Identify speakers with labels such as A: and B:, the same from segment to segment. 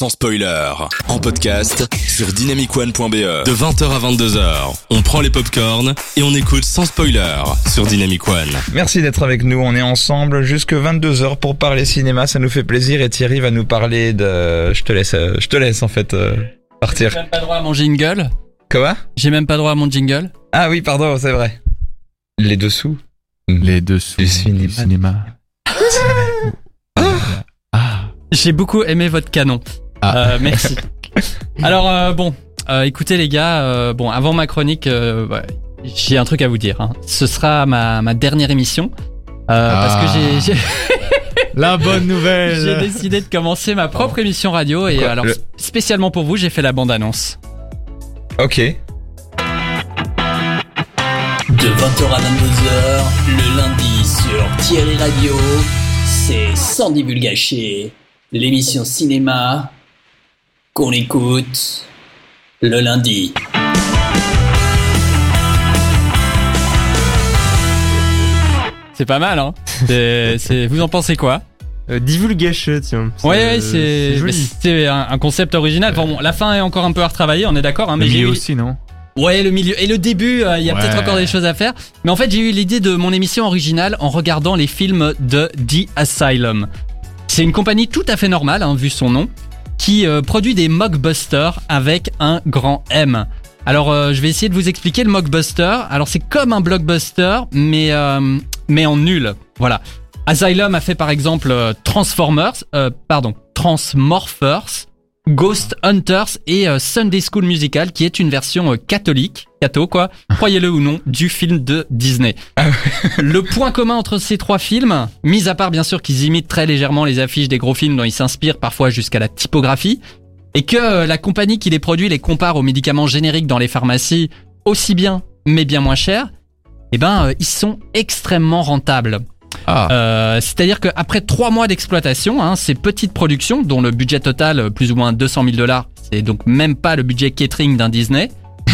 A: sans spoiler. En podcast sur dynamicone.be. De 20h à 22h, on prend les popcorns et on écoute sans spoiler sur Dynamic One.
B: Merci d'être avec nous, on est ensemble jusque 22h pour parler cinéma, ça nous fait plaisir et Thierry va nous parler de... Je te laisse en fait partir.
C: J'ai même pas droit à mon jingle.
B: Quoi ?
C: J'ai même pas droit à mon jingle.
B: Ah oui, pardon, c'est vrai. Les dessous.
D: Les dessous
B: Du cinéma.
C: J'ai beaucoup aimé votre canon. Merci. Alors écoutez les gars, avant ma chronique, j'ai un truc à vous dire. Hein. Ce sera ma dernière émission parce que j'ai
D: la bonne nouvelle.
C: J'ai décidé de commencer ma propre émission radio et alors spécialement pour vous, j'ai fait la bande-annonce.
B: Ok.
E: De 20h à 22h, le lundi sur Thierry Radio, c'est Sans Divulgacher, l'émission cinéma qu'on écoute le lundi.
C: C'est pas mal, hein. Vous en pensez quoi ?
D: Divulgacher, tiens.
C: C'est
D: joli.
C: C'est un concept original. Enfin, bon, la fin est encore un peu à retravailler, on est d'accord. Hein, mais
D: le
C: j'ai
D: milieu
C: eu...
D: aussi, non ?
C: Ouais, le milieu et le début, il y a peut-être encore des choses à faire. Mais en fait, j'ai eu l'idée de mon émission originale en regardant les films de The Asylum. C'est une compagnie tout à fait normale, hein, vu son nom, qui produit des mockbusters avec un grand M. Alors, je vais essayer de vous expliquer le mockbuster. Alors, c'est comme un blockbuster, mais en nul. Voilà. Asylum a fait par exemple Transmorphers, Ghost Hunters et Sunday School Musical, qui est une version catholique, croyez-le ou non, du film de Disney. Le point commun entre ces trois films, mis à part bien sûr qu'ils imitent très légèrement les affiches des gros films dont ils s'inspirent parfois jusqu'à la typographie, et que la compagnie qui les produit les compare aux médicaments génériques dans les pharmacies aussi bien, mais bien moins cher, ils sont extrêmement rentables. C'est-à-dire qu'après 3 mois d'exploitation, ces petites productions, dont le budget total, plus ou moins $200,000, c'est donc même pas le budget catering d'un Disney,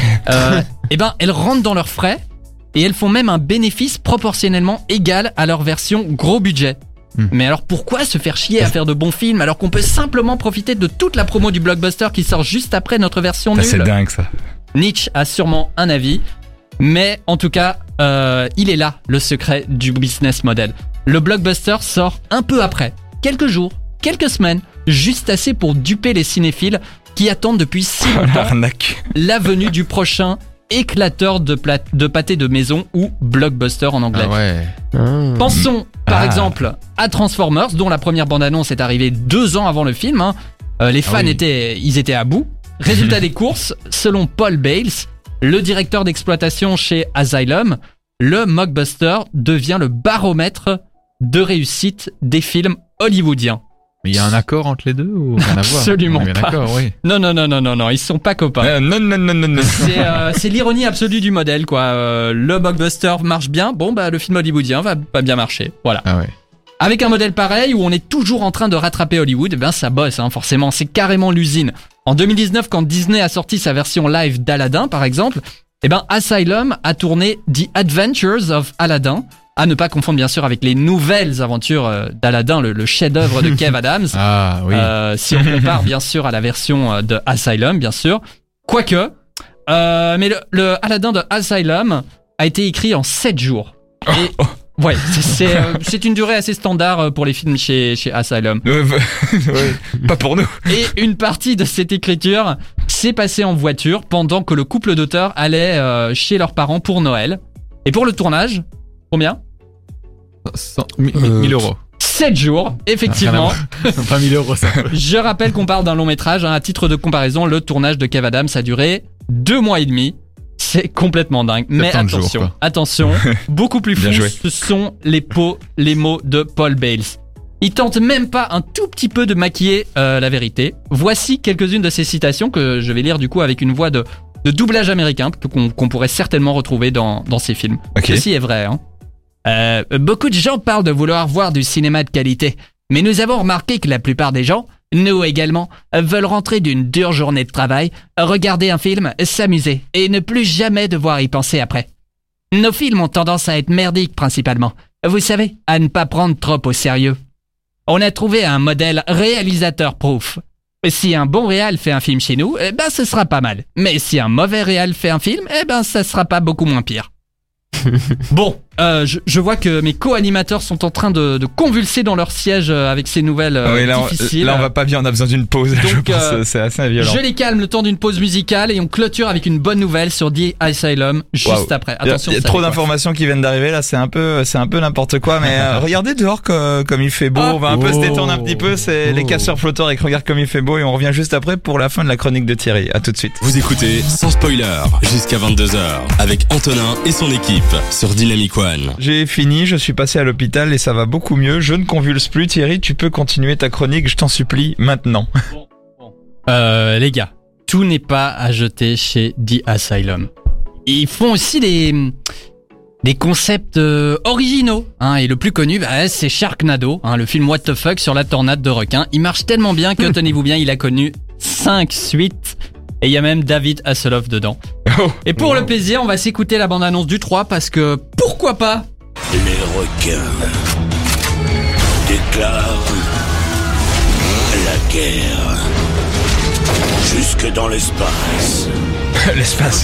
C: elles rentrent dans leurs frais et elles font même un bénéfice proportionnellement égal à leur version gros budget. Mais alors pourquoi se faire chier à faire de bons films alors qu'on peut simplement profiter de toute la promo du blockbuster qui sort juste après notre version nulle ?
B: C'est dingue ça.
C: Nietzsche a sûrement un avis. Mais en tout cas, il est là, le secret du business model. Le blockbuster sort un peu après, quelques jours, quelques semaines, juste assez pour duper les cinéphiles qui attendent depuis si longtemps la venue du prochain éclateur de pâté de maison ou blockbuster en anglais. Pensons par exemple à Transformers, dont la première bande-annonce est arrivée 2 ans avant le film. Les fans étaient à bout. Résultat des courses, selon Paul Bales, le directeur d'exploitation chez Asylum, le mockbuster devient le baromètre de réussite des films hollywoodiens.
D: Mais il y a un accord entre les deux ou rien à voir ?
C: Absolument pas.
D: D'accord, oui.
C: Non, ils sont pas copains.
B: Non.
C: C'est l'ironie absolue du modèle, quoi. Le mockbuster marche bien, le film hollywoodien va pas bien marcher. Voilà.
D: Ah ouais.
C: Avec un modèle pareil où on est toujours en train de rattraper Hollywood, ça bosse, forcément, c'est carrément l'usine. En 2019, quand Disney a sorti sa version live d'Aladdin, par exemple, Asylum a tourné The Adventures of Aladdin, à ne pas confondre bien sûr avec les nouvelles aventures d'Aladdin, le chef-d'œuvre de Kev Adams.
D: Ah oui.
C: Si on compare bien sûr à la version de Asylum, bien sûr. Quoique, mais le Aladdin de Asylum a été écrit en 7 jours. Et ouais, c'est une durée assez standard pour les films chez Asylum.
B: Pas pour nous.
C: Et une partie de cette écriture s'est passée en voiture pendant que le couple d'auteurs allait chez leurs parents pour Noël. Et pour le tournage, combien ?
D: 1000 euros.
C: 7 jours, effectivement.
D: Pas 1000 euros, ça.
C: Je rappelle qu'on parle d'un long métrage. À titre de comparaison, le tournage de Kev Adams a duré 2 mois et demi. C'est complètement dingue. Mais attention, beaucoup plus fou, ce sont les mots de Paul Bales. Il tente même pas un tout petit peu de maquiller la vérité. Voici quelques-unes de ces citations que je vais lire du coup avec une voix de doublage américain qu'on pourrait certainement retrouver dans ces films.
B: Okay.
C: Ceci est vrai. Beaucoup de gens parlent de vouloir voir du cinéma de qualité, mais nous avons remarqué que la plupart des gens, nous également, veulent rentrer d'une dure journée de travail, regarder un film, s'amuser et ne plus jamais devoir y penser après. Nos films ont tendance à être merdiques principalement, vous savez, à ne pas prendre trop au sérieux. On a trouvé un modèle réalisateur-proof. Et si un bon réal fait un film chez nous, eh ben ce sera pas mal. Mais si un mauvais réal fait un film, eh ben ça sera pas beaucoup moins pire. Bon, je vois que mes co-animateurs sont en train de convulser dans leur siège avec ces nouvelles difficiles.
B: Là, on va pas bien, on a besoin d'une pause.
C: Donc,
B: je pense, c'est assez violent.
C: Je les calme le temps d'une pause musicale et on clôture avec une bonne nouvelle sur The Asylum juste après. Attention,
B: il y a trop d'informations qui viennent d'arriver là, c'est un peu n'importe quoi. Mais regardez dehors comme il fait beau. On va un peu se détendre un petit peu. C'est les casseurs flotteurs avec Regarde comme il fait beau et on revient juste après pour la fin de la chronique de Thierry. À tout de suite.
A: Vous écoutez sans spoiler jusqu'à 22h avec Antonin et son équipe sur Dynamic One.
B: J'ai fini, je suis passé à l'hôpital et ça va beaucoup mieux. Je ne convulse plus. Thierry, tu peux continuer ta chronique, je t'en supplie, maintenant.
C: Les gars, tout n'est pas à jeter chez The Asylum. Ils font aussi des concepts originaux, hein, et le plus connu, c'est Sharknado, hein, le film What the Fuck sur la tornade de requins. Il marche tellement bien que, tenez-vous bien, il a connu 5 suites. Et il y a même David Hasselhoff dedans. Et pour le plaisir, on va s'écouter la bande-annonce du 3 parce que, pourquoi pas?
F: Les requins déclarent la guerre jusque dans l'espace.
B: L'espace.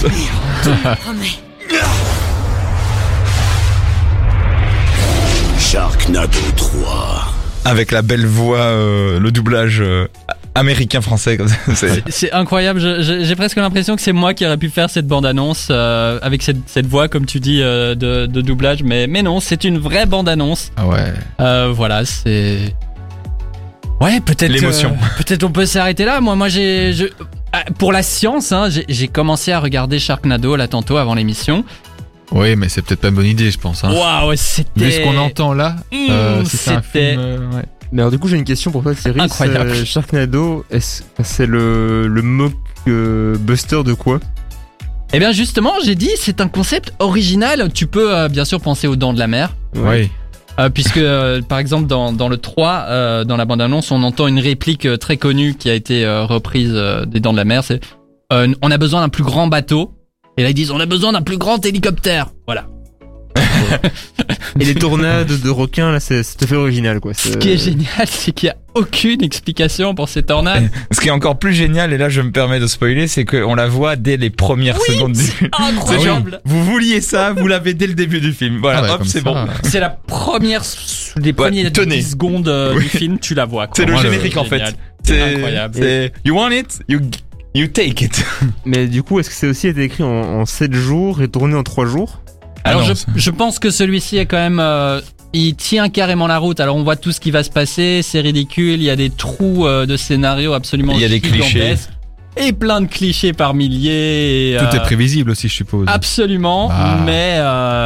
F: Sharknado 3.
B: Avec la belle voix, le doublage américain-français.
C: C'est incroyable, j'ai presque l'impression que c'est moi qui aurais pu faire cette bande-annonce avec cette voix, comme tu dis, de doublage. Mais non, c'est une vraie bande-annonce.
D: Ah ouais.
C: Voilà, c'est... Ouais, peut-être...
B: L'émotion.
C: Peut-être on peut s'arrêter là. Moi pour la science, hein, j'ai commencé à regarder Sharknado là tantôt avant l'émission.
D: Oui, mais c'est peut-être pas une bonne idée, je pense. Hein.
C: Waouh, c'était...
D: Vu ce qu'on entend là, si c'est un film... ouais.
G: Mais alors du coup j'ai une question pour toi Thierry.
C: Incroyable.
G: Sharknado, c'est le mockbuster de quoi?
C: Eh bien justement, j'ai dit c'est un concept original. Tu peux bien sûr penser aux Dents de la Mer.
D: Oui.
C: Puisque par exemple dans le 3, dans la bande-annonce, on entend une réplique très connue qui a été reprise des Dents de la Mer. C'est on a besoin d'un plus grand bateau. Et là ils disent on a besoin d'un plus grand hélicoptère. Voilà.
G: Et les tornades de requins là c'est tout à fait original quoi.
C: Ce qui est génial c'est qu'il n'y a aucune explication pour ces tornades.
B: Ce qui est encore plus génial, et là je me permets de spoiler, c'est qu'on la voit dès les premières secondes du film.
C: Incroyable.
B: Vous vouliez ça, vous l'avez dès le début du film. Voilà, hop, c'est bon.
C: C'est la première des premières 10 secondes du film, tu la vois quoi.
B: C'est le générique en fait.
C: C'est incroyable.
B: C'est you want it, you take it.
G: Mais du coup est-ce que c'est aussi été écrit en 7 jours et tourné en 3 jours?
C: Alors je pense que celui-ci est quand même il tient carrément la route. Alors on voit tout ce qui va se passer, c'est ridicule, il y a des trous de scénario absolument
B: il y a des clichés
C: et plein de clichés par milliers et,
D: tout est prévisible aussi, je suppose.
C: Absolument, mais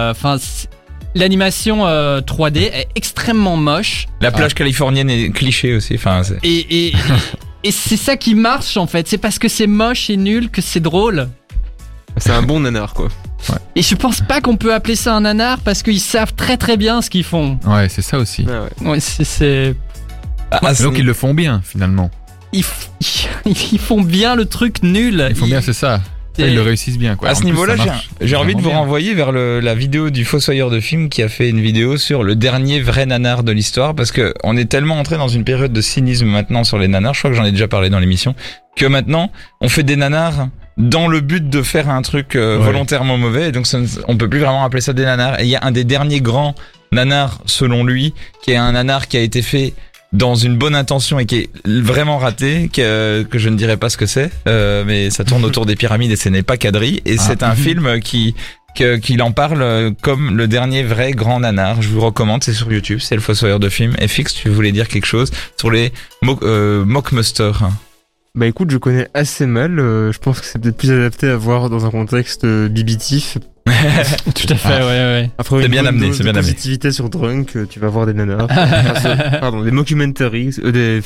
C: l'animation 3D est extrêmement moche.
B: La plage californienne est cliché aussi,
C: et c'est ça qui marche en fait, c'est parce que c'est moche et nul que c'est drôle.
G: C'est un bon nanar quoi.
D: Ouais.
C: Et je pense pas qu'on peut appeler ça un nanar parce qu'ils savent très très bien ce qu'ils font.
D: Ouais, c'est ça aussi.
G: Ah ouais.
C: Ouais, c'est...
D: Donc ils le font bien finalement.
C: Ils font bien le truc nul.
D: Ils font bien, c'est ça. Ils le réussissent bien quoi.
B: À ce niveau-là, j'ai envie de vous renvoyer vers la vidéo du Fossoyeur de film qui a fait une vidéo sur le dernier vrai nanar de l'histoire, parce que on est tellement entré dans une période de cynisme maintenant sur les nanars, je crois que j'en ai déjà parlé dans l'émission, que maintenant on fait des nanars dans le but de faire un truc volontairement mauvais, et donc on peut plus vraiment appeler ça des nanars. Et il y a un des derniers grands nanars selon lui, qui est un nanar qui a été fait dans une bonne intention et qui est vraiment raté, que je ne dirais pas ce que c'est, mais ça tourne autour des pyramides et ce n'est pas Kadri, et c'est un film qu'il en parle comme le dernier vrai grand nanar. Je vous recommande, c'est sur YouTube, c'est le Fossoyeur de film. FX, tu voulais dire quelque chose sur les mockbusters?
G: Bah écoute, je connais assez mal, je pense que c'est peut-être plus adapté à voir dans un contexte bibitif.
C: Tout à fait, ouais.
G: Après
B: c'est bien amené, c'est bien amené.
G: Positivité sur Drunk, tu vas voir des nanars. Pardon, des mockumentaries, des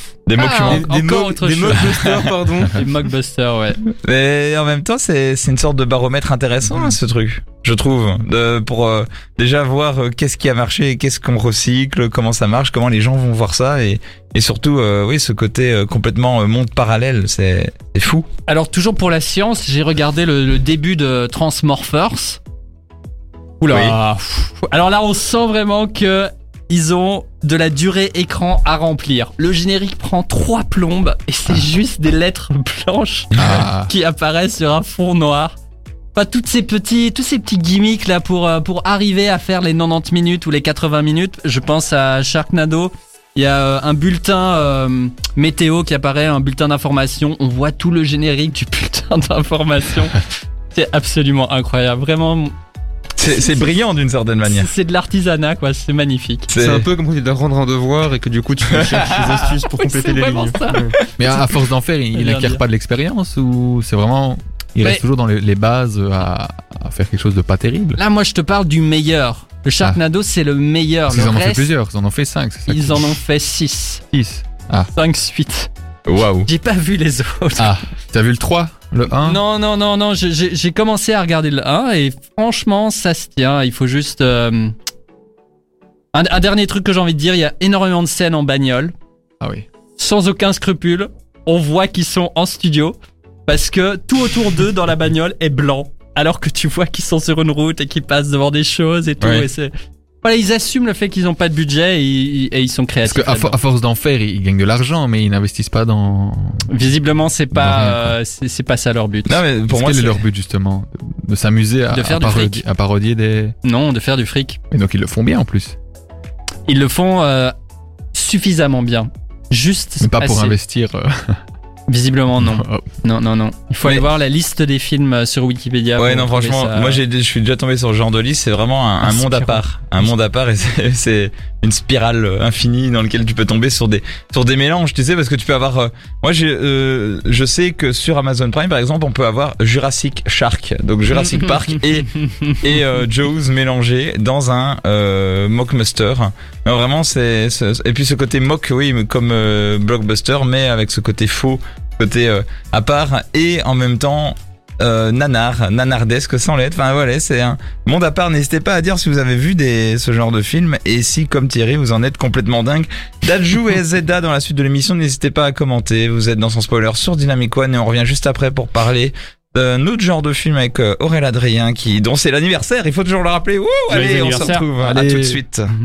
G: mockbusters, pardon.
C: Des mockbusters, ouais.
B: Mais en même temps, c'est une sorte de baromètre intéressant, ce truc, je trouve, pour déjà voir qu'est-ce qui a marché, qu'est-ce qu'on recycle, comment ça marche, comment les gens vont voir ça, et surtout, oui, ce côté complètement monde parallèle, c'est fou.
C: Alors toujours pour la science, j'ai regardé le début de Transmorphers. Oula. Oui. Alors là, on sent vraiment que ils ont de la durée écran à remplir. Le générique prend 3 plombes et c'est juste des lettres blanches qui apparaissent sur un fond noir. Enfin, tous ces petits gimmicks là pour arriver à faire les 90 minutes ou les 80 minutes. Je pense à Sharknado. Il y a un bulletin météo qui apparaît, un bulletin d'information. On voit tout le générique du bulletin d'information. C'est absolument incroyable, vraiment.
B: C'est brillant d'une certaine manière.
C: C'est de l'artisanat, quoi. C'est magnifique.
G: C'est un peu comme quand tu dois rendre un devoir et que du coup tu cherches des astuces pour compléter les lignes.
D: Mais à force d'en faire, il n'acquiert pas de l'expérience ou c'est vraiment... Il reste toujours dans les bases à faire quelque chose de pas terrible.
C: Là, moi, je te parle du meilleur. Le Sharknado, c'est le meilleur.
D: Ils en ont fait plusieurs, ils en ont fait 5.
C: Ils en ont fait 6. 5 suites.
B: Waouh.
C: J'ai pas vu les autres.
D: Ah, t'as vu le 3 ? Le 1 ?
C: Non, j'ai commencé à regarder le 1 et franchement, ça se tient. Il faut juste... Un dernier truc que j'ai envie de dire, il y a énormément de scènes en bagnole.
D: Ah oui.
C: Sans aucun scrupule. On voit qu'ils sont en studio parce que tout autour d'eux dans la bagnole est blanc. Alors que tu vois qu'ils sont sur une route et qu'ils passent devant des choses et tout.
B: Ouais.
C: Et c'est... Voilà, ils assument le fait qu'ils n'ont pas de budget et ils sont créatifs.
D: Parce qu'à force d'en faire, ils gagnent de l'argent, mais ils n'investissent pas dans...
C: Visiblement, c'est pas ça leur but.
B: Non, mais pour moi,
D: quel est leur but justement ? De s'amuser à parodier des...
C: Non, de faire du fric.
D: Et donc ils le font bien en plus.
C: Ils le font suffisamment bien. Juste
D: mais pas
C: assez.
D: Pour investir...
C: Visiblement non. Non. Il faut aller voir la liste des films sur Wikipédia.
B: Ouais, non, franchement, moi je suis déjà tombé sur ce genre de liste. C'est vraiment un monde à part. Un monde à part et c'est une spirale infinie dans laquelle tu peux tomber sur des mélanges, tu sais, parce que tu peux avoir... moi je sais que sur Amazon Prime, par exemple, on peut avoir Jurassic Shark. Donc Jurassic Park et Jaws mélangés dans un mockbuster. Non, vraiment, et puis ce côté mock, oui, comme blockbuster, mais avec ce côté faux, côté à part, et en même temps nanardesque sans l'être. Enfin voilà, c'est un monde à part. N'hésitez pas à dire si vous avez vu ce genre de film et si, comme Thierry, vous en êtes complètement dingue. Dajou et Zeda dans la suite de l'émission, n'hésitez pas à commenter. Vous êtes dans Sans Spoiler sur Dynamic One et on revient juste après pour parler d'un autre genre de film avec Aurélien Adrien dont c'est l'anniversaire. Il faut toujours le rappeler. Allez, on se retrouve. À tout de suite.